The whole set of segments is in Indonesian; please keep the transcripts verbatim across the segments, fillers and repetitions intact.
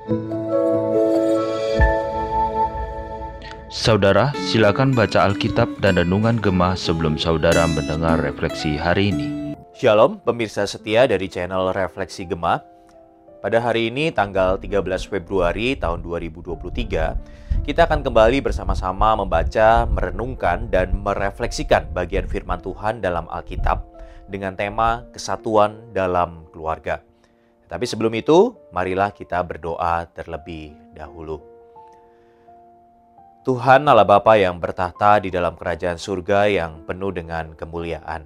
Saudara, silakan baca Alkitab dan Renungan Gemah sebelum saudara mendengar refleksi hari ini. Shalom, pemirsa setia dari channel Refleksi Gemah. Pada hari ini, tanggal tiga belas Februari tahun dua ribu dua puluh tiga, kita akan kembali bersama-sama membaca, merenungkan, dan merefleksikan bagian firman Tuhan dalam Alkitab dengan tema kesatuan dalam keluarga. Tapi sebelum itu, marilah kita berdoa terlebih dahulu. Tuhan Allah Bapa yang bertahta di dalam kerajaan surga yang penuh dengan kemuliaan.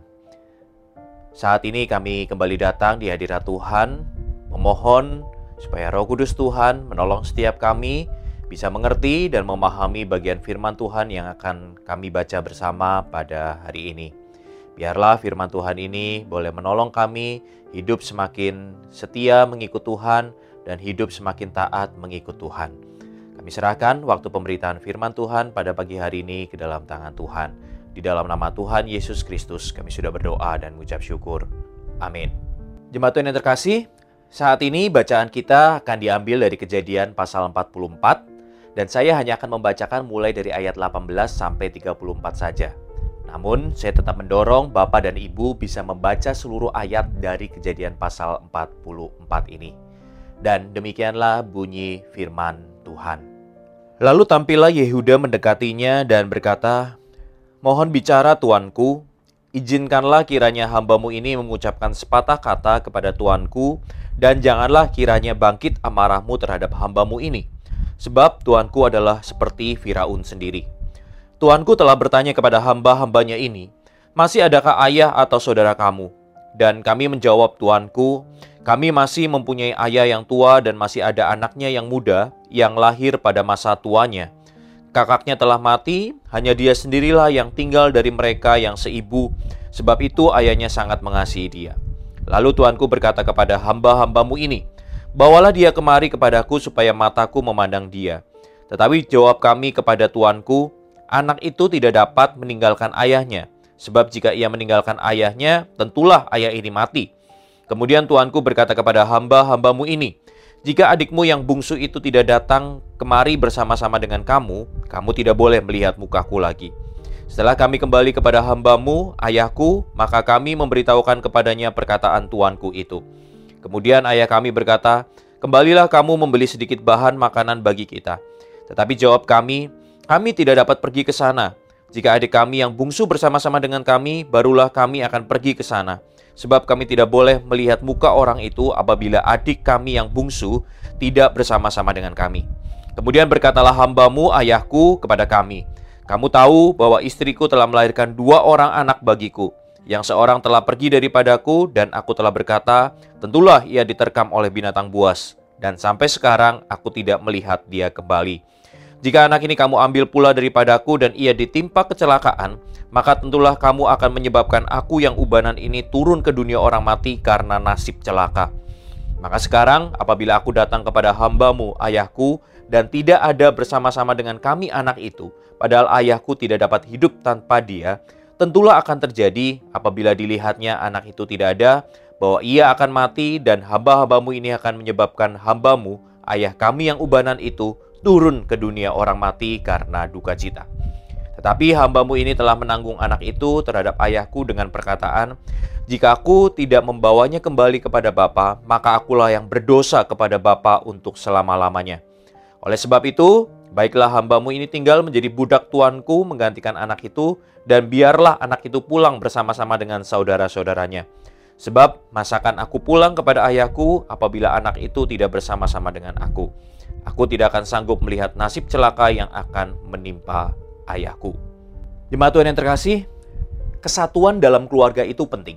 Saat ini kami kembali datang di hadirat Tuhan, memohon supaya Roh Kudus Tuhan menolong setiap kami bisa mengerti dan memahami bagian firman Tuhan yang akan kami baca bersama pada hari ini. Biarlah firman Tuhan ini boleh menolong kami hidup semakin setia mengikut Tuhan dan hidup semakin taat mengikut Tuhan. Kami serahkan waktu pemberitaan firman Tuhan pada pagi hari ini ke dalam tangan Tuhan. Di dalam nama Tuhan Yesus Kristus kami sudah berdoa dan mengucap syukur. Amin. Jemaat Tuhan yang terkasih, saat ini bacaan kita akan diambil dari Kejadian pasal empat puluh empat dan saya hanya akan membacakan mulai dari ayat delapan belas sampai tiga puluh empat saja. Namun saya tetap mendorong Bapak dan Ibu bisa membaca seluruh ayat dari Kejadian pasal empat puluh empat ini. Dan demikianlah bunyi firman Tuhan. Lalu tampillah Yehuda mendekatinya dan berkata, "Mohon bicara tuanku, izinkanlah kiranya hambamu ini mengucapkan sepatah kata kepada tuanku, dan janganlah kiranya bangkit amarahmu terhadap hambamu ini. Sebab tuanku adalah seperti Firaun sendiri. Tuanku telah bertanya kepada hamba-hambanya ini, masih adakah ayah atau saudara kamu? Dan kami menjawab, tuanku, kami masih mempunyai ayah yang tua dan masih ada anaknya yang muda yang lahir pada masa tuanya. Kakaknya telah mati, hanya dia sendirilah yang tinggal dari mereka yang seibu, sebab itu ayahnya sangat mengasihi dia. Lalu tuanku berkata kepada hamba-hambamu ini, bawalah dia kemari kepadaku supaya mataku memandang dia. Tetapi jawab kami kepada tuanku, anak itu tidak dapat meninggalkan ayahnya, sebab jika ia meninggalkan ayahnya, tentulah ayah ini mati. Kemudian tuanku berkata kepada hamba-hambamu ini, jika adikmu yang bungsu itu tidak datang kemari bersama-sama dengan kamu, kamu tidak boleh melihat mukaku lagi. Setelah kami kembali kepada hambamu, ayahku, maka kami memberitahukan kepadanya perkataan tuanku itu. Kemudian ayah kami berkata, kembalilah kamu membeli sedikit bahan makanan bagi kita. Tetapi jawab kami, kami tidak dapat pergi ke sana. Jika adik kami yang bungsu bersama-sama dengan kami, barulah kami akan pergi ke sana. Sebab kami tidak boleh melihat muka orang itu apabila adik kami yang bungsu tidak bersama-sama dengan kami. Kemudian berkatalah hambamu, ayahku, kepada kami, kamu tahu bahwa istriku telah melahirkan dua orang anak bagiku. Yang seorang telah pergi daripadaku dan aku telah berkata, tentulah ia diterkam oleh binatang buas. Dan sampai sekarang aku tidak melihat dia kembali. Jika anak ini kamu ambil pula daripadaku dan ia ditimpa kecelakaan, maka tentulah kamu akan menyebabkan aku yang ubanan ini turun ke dunia orang mati karena nasib celaka. Maka sekarang apabila aku datang kepada hambamu, ayahku, dan tidak ada bersama-sama dengan kami anak itu, padahal ayahku tidak dapat hidup tanpa dia, tentulah akan terjadi apabila dilihatnya anak itu tidak ada, bahwa ia akan mati dan hamba-hambamu ini akan menyebabkan hambamu, ayah kami yang ubanan itu, turun ke dunia orang mati karena duka cita. Tetapi hambamu ini telah menanggung anak itu terhadap ayahku dengan perkataan, jika aku tidak membawanya kembali kepada bapa, maka akulah yang berdosa kepada bapa untuk selama-lamanya. Oleh sebab itu, baiklah hambamu ini tinggal menjadi budak tuanku menggantikan anak itu, dan biarlah anak itu pulang bersama-sama dengan saudara-saudaranya. Sebab masakan aku pulang kepada ayahku apabila anak itu tidak bersama-sama dengan aku. Aku tidak akan sanggup melihat nasib celaka yang akan menimpa ayahku. Jemaat Tuhan yang terkasih, kesatuan dalam keluarga itu penting.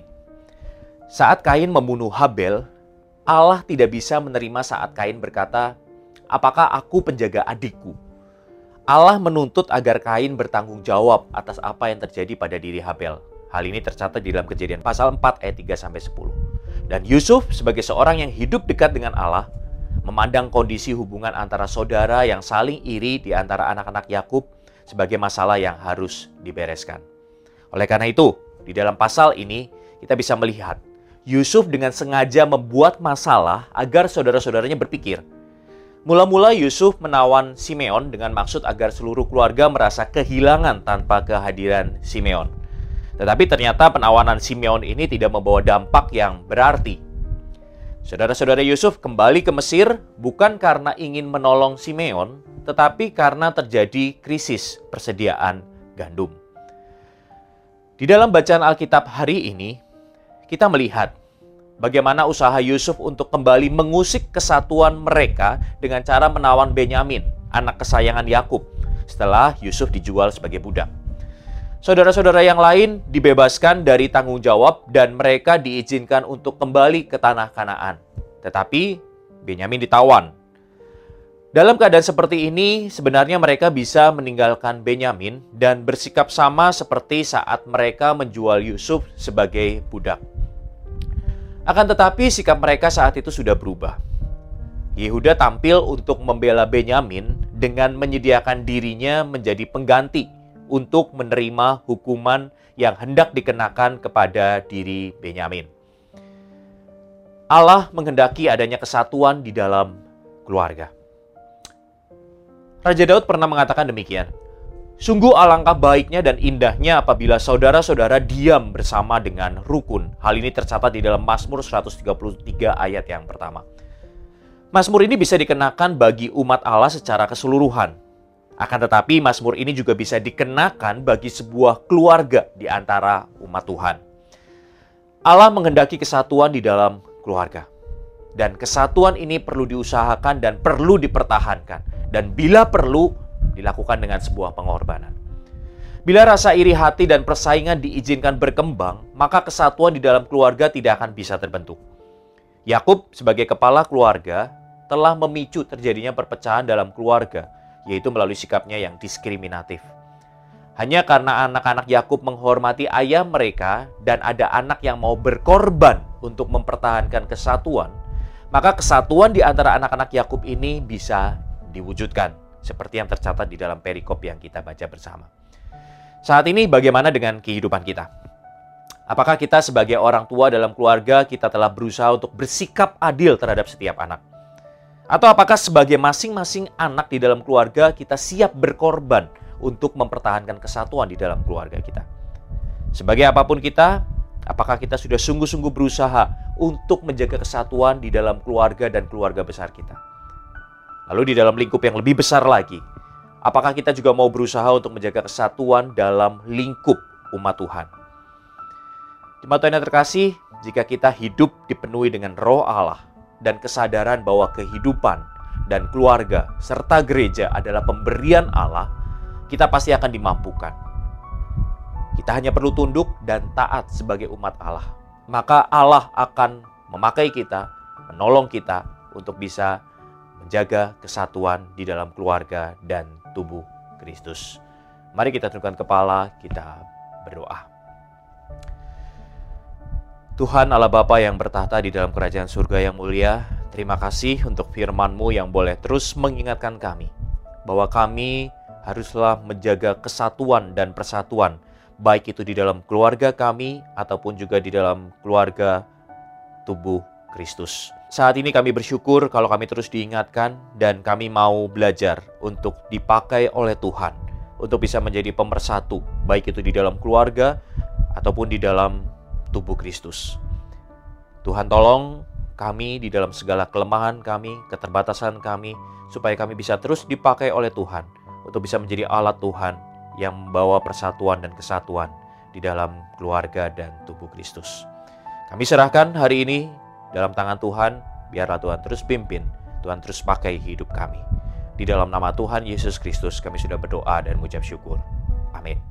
Saat Kain membunuh Habel, Allah tidak bisa menerima saat Kain berkata, apakah aku penjaga adikku? Allah menuntut agar Kain bertanggung jawab atas apa yang terjadi pada diri Habel. Hal ini tercatat di dalam Kejadian pasal empat ayat tiga sampai sepuluh. Dan Yusuf sebagai seorang yang hidup dekat dengan Allah, memandang kondisi hubungan antara saudara yang saling iri di antara anak-anak Yakub sebagai masalah yang harus dibereskan. Oleh karena itu, di dalam pasal ini kita bisa melihat Yusuf dengan sengaja membuat masalah agar saudara-saudaranya berpikir, Mula-mula Yusuf menawan Simeon dengan maksud agar seluruh keluarga merasa kehilangan tanpa kehadiran Simeon. Tetapi ternyata penawanan Simeon ini tidak membawa dampak yang berarti. Saudara-saudara Yusuf kembali ke Mesir bukan karena ingin menolong Simeon, tetapi karena terjadi krisis persediaan gandum. Di dalam bacaan Alkitab hari ini, kita melihat bagaimana usaha Yusuf untuk kembali mengusik kesatuan mereka dengan cara menawan Benyamin, anak kesayangan Yakub, setelah Yusuf dijual sebagai budak. Saudara-saudara yang lain dibebaskan dari tanggung jawab dan mereka diizinkan untuk kembali ke tanah Kanaan. Tetapi Benyamin ditawan. Dalam keadaan seperti ini, sebenarnya mereka bisa meninggalkan Benyamin dan bersikap sama seperti saat mereka menjual Yusuf sebagai budak. Akan tetapi sikap mereka saat itu sudah berubah. Yehuda tampil untuk membela Benyamin dengan menyediakan dirinya menjadi pengganti untuk menerima hukuman yang hendak dikenakan kepada diri Benyamin. Allah menghendaki adanya kesatuan di dalam keluarga. Raja Daud pernah mengatakan demikian, "Sungguh alangkah baiknya dan indahnya apabila saudara-saudara diam bersama dengan rukun." Hal ini tercatat di dalam Mazmur seratus tiga puluh tiga ayat yang pertama. Mazmur ini bisa dikenakan bagi umat Allah secara keseluruhan. Akan tetapi Mazmur ini juga bisa dikenakan bagi sebuah keluarga di antara umat Tuhan. Allah menghendaki kesatuan di dalam keluarga. Dan kesatuan ini perlu diusahakan dan perlu dipertahankan. Dan bila perlu, dilakukan dengan sebuah pengorbanan. Bila rasa iri hati dan persaingan diizinkan berkembang, maka kesatuan di dalam keluarga tidak akan bisa terbentuk. Yakub sebagai kepala keluarga telah memicu terjadinya perpecahan dalam keluarga, yaitu melalui sikapnya yang diskriminatif. Hanya karena anak-anak Yakub menghormati ayah mereka dan ada anak yang mau berkorban untuk mempertahankan kesatuan, maka kesatuan di antara anak-anak Yakub ini bisa diwujudkan, seperti yang tercatat di dalam perikop yang kita baca bersama. Saat ini bagaimana dengan kehidupan kita? Apakah kita sebagai orang tua dalam keluarga kita telah berusaha untuk bersikap adil terhadap setiap anak? Atau apakah sebagai masing-masing anak di dalam keluarga kita siap berkorban untuk mempertahankan kesatuan di dalam keluarga kita? Sebagai apapun kita, apakah kita sudah sungguh-sungguh berusaha untuk menjaga kesatuan di dalam keluarga dan keluarga besar kita? Lalu di dalam lingkup yang lebih besar lagi, apakah kita juga mau berusaha untuk menjaga kesatuan dalam lingkup umat Tuhan? Jemaat Tuhan yang terkasih, jika kita hidup dipenuhi dengan Roh Allah dan kesadaran bahwa kehidupan dan keluarga serta gereja adalah pemberian Allah, kita pasti akan dimampukan. Kita hanya perlu tunduk dan taat sebagai umat Allah. Maka Allah akan memakai kita, menolong kita untuk bisa menjaga kesatuan di dalam keluarga dan tubuh Kristus. Mari kita tundukkan kepala, kita berdoa. Tuhan Allah Bapa yang bertahta di dalam kerajaan surga yang mulia, terima kasih untuk firman-Mu yang boleh terus mengingatkan kami bahwa kami haruslah menjaga kesatuan dan persatuan, baik itu di dalam keluarga kami ataupun juga di dalam keluarga tubuh Kristus. Saat ini kami bersyukur kalau kami terus diingatkan dan kami mau belajar untuk dipakai oleh Tuhan untuk bisa menjadi pemersatu, baik itu di dalam keluarga ataupun di dalam tubuh Kristus. Tuhan tolong kami di dalam segala kelemahan kami, keterbatasan kami, supaya kami bisa terus dipakai oleh Tuhan untuk bisa menjadi alat Tuhan yang membawa persatuan dan kesatuan di dalam keluarga dan tubuh Kristus. Kami serahkan hari ini dalam tangan Tuhan, biarlah Tuhan terus pimpin, Tuhan terus pakai hidup kami. Di dalam nama Tuhan Yesus Kristus kami sudah berdoa dan mengucap syukur. Amin.